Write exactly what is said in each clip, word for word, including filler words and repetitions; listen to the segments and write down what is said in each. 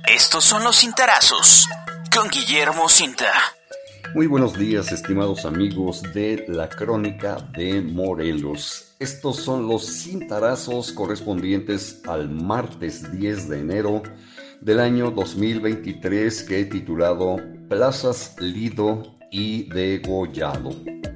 Estos son los cintarazos con Guillermo Cinta. Muy buenos días, estimados amigos de la Crónica de Morelos. Estos son los cintarazos correspondientes al martes diez de enero del año dos mil veintitrés, que he titulado Plazas Lido y Degollado.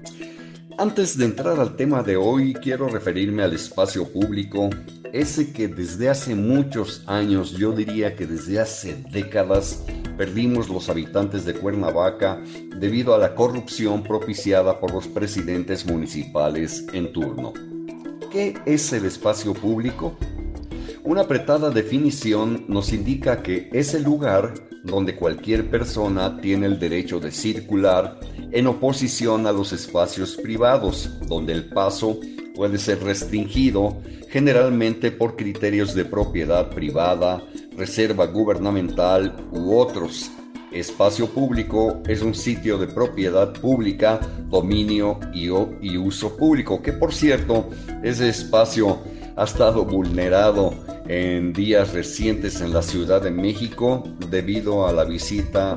Antes de entrar al tema de hoy, quiero referirme al espacio público, ese que desde hace muchos años, yo diría que desde hace décadas, perdimos los habitantes de Cuernavaca debido a la corrupción propiciada por los presidentes municipales en turno. ¿Qué es el espacio público? Una apretada definición nos indica que es el lugar donde cualquier persona tiene el derecho de circular en oposición a los espacios privados, donde el paso puede ser restringido generalmente por criterios de propiedad privada, reserva gubernamental u otros. Espacio público es un sitio de propiedad pública, dominio y, y uso público, que por cierto, ese espacio ha estado vulnerado en días recientes en la Ciudad de México debido a la visita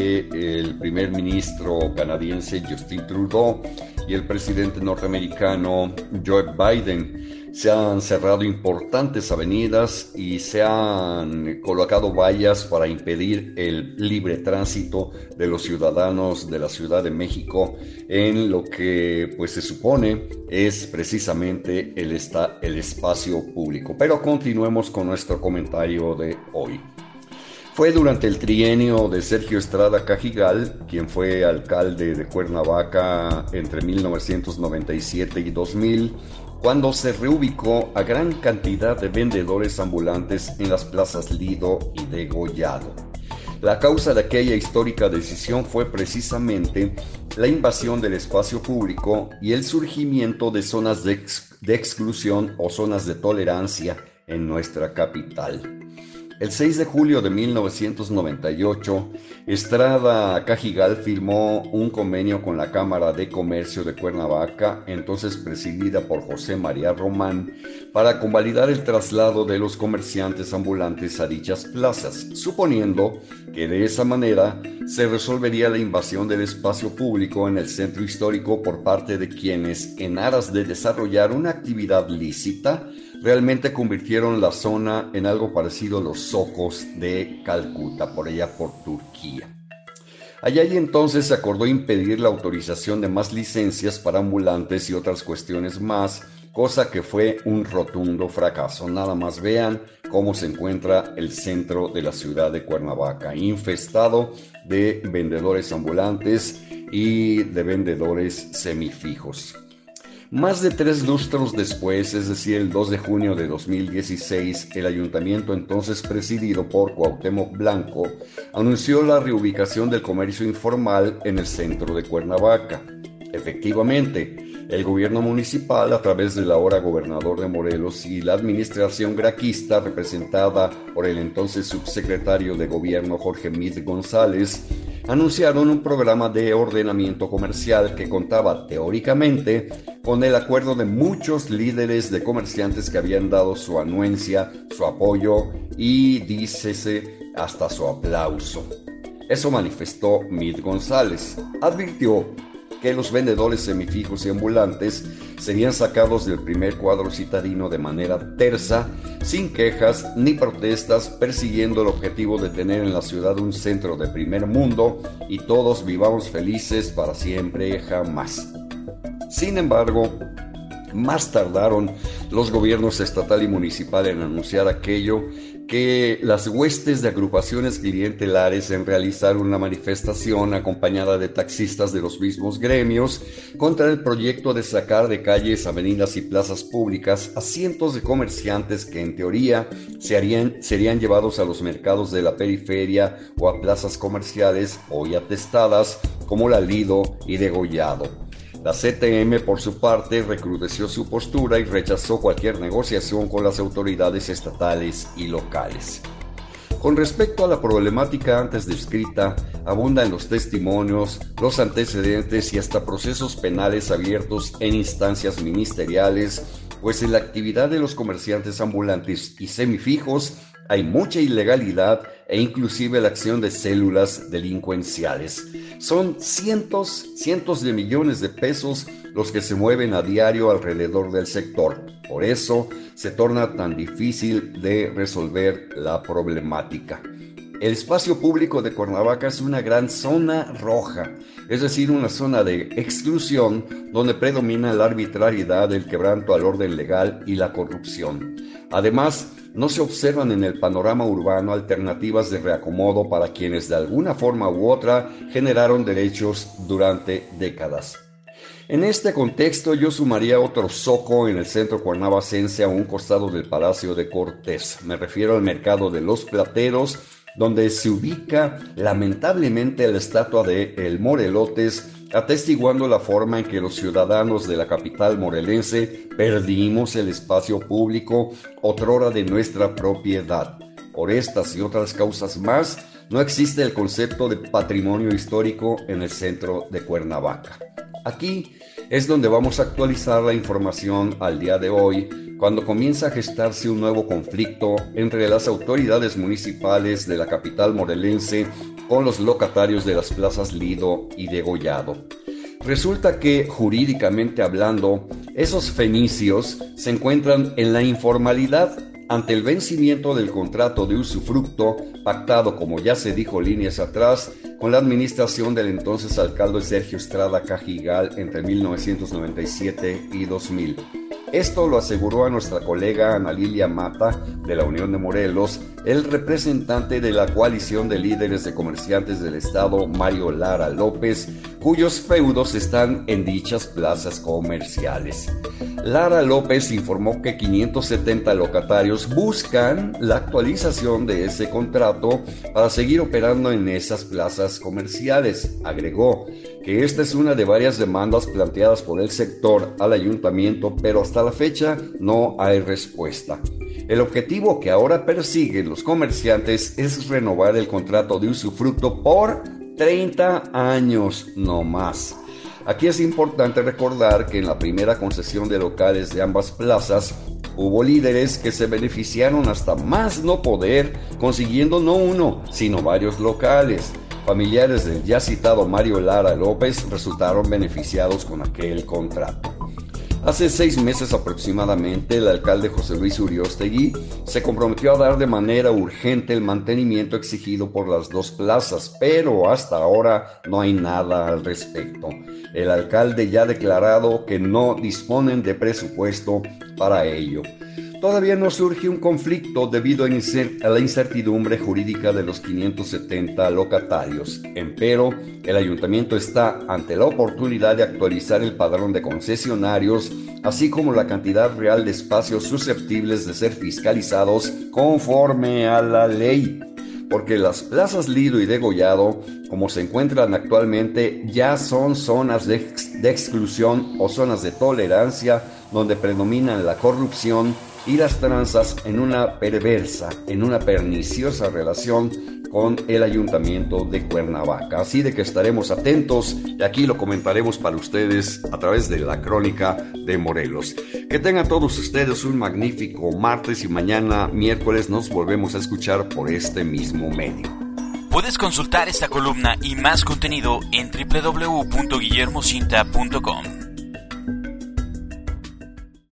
del primer ministro canadiense Justin Trudeau y el presidente norteamericano Joe Biden. Se han cerrado importantes avenidas y se han colocado vallas para impedir el libre tránsito de los ciudadanos de la Ciudad de México en lo que pues se supone es precisamente el, esta, el espacio público. Pero continuemos con nuestro comentario de hoy. Fue durante el trienio de Sergio Estrada Cajigal, quien fue alcalde de Cuernavaca entre mil novecientos noventa y siete y dos mil, cuando se reubicó a gran cantidad de vendedores ambulantes en las plazas Lido y Degollado. La causa de aquella histórica decisión fue precisamente la invasión del espacio público y el surgimiento de zonas de, ex- de exclusión o zonas de tolerancia en nuestra capital. El seis de julio de mil novecientos noventa y ocho, Estrada Cajigal firmó un convenio con la Cámara de Comercio de Cuernavaca, entonces presidida por José María Román, para convalidar el traslado de los comerciantes ambulantes a dichas plazas, suponiendo que de esa manera se resolvería la invasión del espacio público en el centro histórico por parte de quienes, en aras de desarrollar una actividad lícita, realmente convirtieron la zona en algo parecido a los zocos de Calcuta, por allá por Turquía. Allá y entonces se acordó impedir la autorización de más licencias para ambulantes y otras cuestiones más, cosa que fue un rotundo fracaso. Nada más vean cómo se encuentra el centro de la ciudad de Cuernavaca, infestado de vendedores ambulantes y de vendedores semifijos. Más de tres lustros después, es decir, el dos de junio de dos mil dieciséis, el ayuntamiento entonces presidido por Cuauhtémoc Blanco anunció la reubicación del comercio informal en el centro de Cuernavaca. Efectivamente, el gobierno municipal, a través del ahora gobernador de Morelos y la administración graquista representada por el entonces subsecretario de gobierno Jorge Mit González, anunciaron un programa de ordenamiento comercial que contaba teóricamente con el acuerdo de muchos líderes de comerciantes que habían dado su anuencia, su apoyo y, dícese, hasta su aplauso. Eso manifestó Mit González. Advirtió que los vendedores semifijos y ambulantes serían sacados del primer cuadro citadino de manera tersa, sin quejas ni protestas, persiguiendo el objetivo de tener en la ciudad un centro de primer mundo y todos vivamos felices para siempre jamás. Sin embargo, más tardaron los gobiernos estatal y municipal en anunciar aquello que las huestes de agrupaciones clientelares en realizar una manifestación acompañada de taxistas de los mismos gremios contra el proyecto de sacar de calles, avenidas y plazas públicas a cientos de comerciantes que en teoría se harían, serían llevados a los mercados de la periferia o a plazas comerciales hoy atestadas como la Lido y Degollado. La C T M, por su parte, recrudeció su postura y rechazó cualquier negociación con las autoridades estatales y locales. Con respecto a la problemática antes descrita, abundan los testimonios, los antecedentes y hasta procesos penales abiertos en instancias ministeriales, pues en la actividad de los comerciantes ambulantes y semifijos hay mucha ilegalidad e inclusive la acción de células delincuenciales. Son cientos, cientos de millones de pesos los que se mueven a diario alrededor del sector. Por eso se torna tan difícil de resolver la problemática. El espacio público de Cuernavaca es una gran zona roja, es decir, una zona de exclusión donde predomina la arbitrariedad, el quebranto al orden legal y la corrupción. Además, no se observan en el panorama urbano alternativas de reacomodo para quienes de alguna forma u otra generaron derechos durante décadas. En este contexto yo sumaría otro zoco en el centro cuernavacense a un costado del Palacio de Cortés. Me refiero al mercado de los Plateros, donde se ubica lamentablemente la estatua de El Morelotes, atestiguando la forma en que los ciudadanos de la capital morelense perdimos el espacio público otrora de nuestra propiedad. Por estas y otras causas más, no existe el concepto de patrimonio histórico en el centro de Cuernavaca. Aquí es donde vamos a actualizar la información al día de hoy, cuando comienza a gestarse un nuevo conflicto entre las autoridades municipales de la capital morelense con los locatarios de las plazas Lido y Degollado. Resulta que, jurídicamente hablando, esos fenicios se encuentran en la informalidad ante el vencimiento del contrato de usufructo pactado, como ya se dijo líneas atrás, con la administración del entonces alcalde Sergio Estrada Cajigal entre mil novecientos noventa y siete y dos mil. Esto lo aseguró a nuestra colega Ana Lilia Mata, de la Unión de Morelos, el representante de la coalición de líderes de comerciantes del estado, Mario Lara López, cuyos feudos están en dichas plazas comerciales. Lara López informó que quinientos setenta locatarios buscan la actualización de ese contrato para seguir operando en esas plazas comerciales. Agregó que esta es una de varias demandas planteadas por el sector al ayuntamiento, pero hasta la fecha no hay respuesta. El objetivo que ahora persiguen los comerciantes es renovar el contrato de usufructo por treinta años no más. Aquí es importante recordar que en la primera concesión de locales de ambas plazas hubo líderes que se beneficiaron hasta más no poder, consiguiendo no uno, sino varios locales. Familiares del ya citado Mario Lara López resultaron beneficiados con aquel contrato. Hace seis meses aproximadamente, el alcalde José Luis Uriostegui se comprometió a dar de manera urgente el mantenimiento exigido por las dos plazas, pero hasta ahora no hay nada al respecto. El alcalde ya ha declarado que no disponen de presupuesto para ello. Todavía no surge un conflicto debido a la incertidumbre jurídica de los quinientos setenta locatarios. Empero, el ayuntamiento está ante la oportunidad de actualizar el padrón de concesionarios, así como la cantidad real de espacios susceptibles de ser fiscalizados conforme a la ley. Porque las plazas Lido y Degollado, como se encuentran actualmente, ya son zonas de, ex- de exclusión o zonas de tolerancia donde predominan la corrupción y las tranzas en una perversa, en una perniciosa relación con el ayuntamiento de Cuernavaca. Así de que estaremos atentos y aquí lo comentaremos para ustedes a través de la Crónica de Morelos. Que tengan todos ustedes un magnífico martes y mañana miércoles nos volvemos a escuchar por este mismo medio. Puedes consultar esta columna y más contenido en doble u doble u doble u punto guillermo cinta punto com.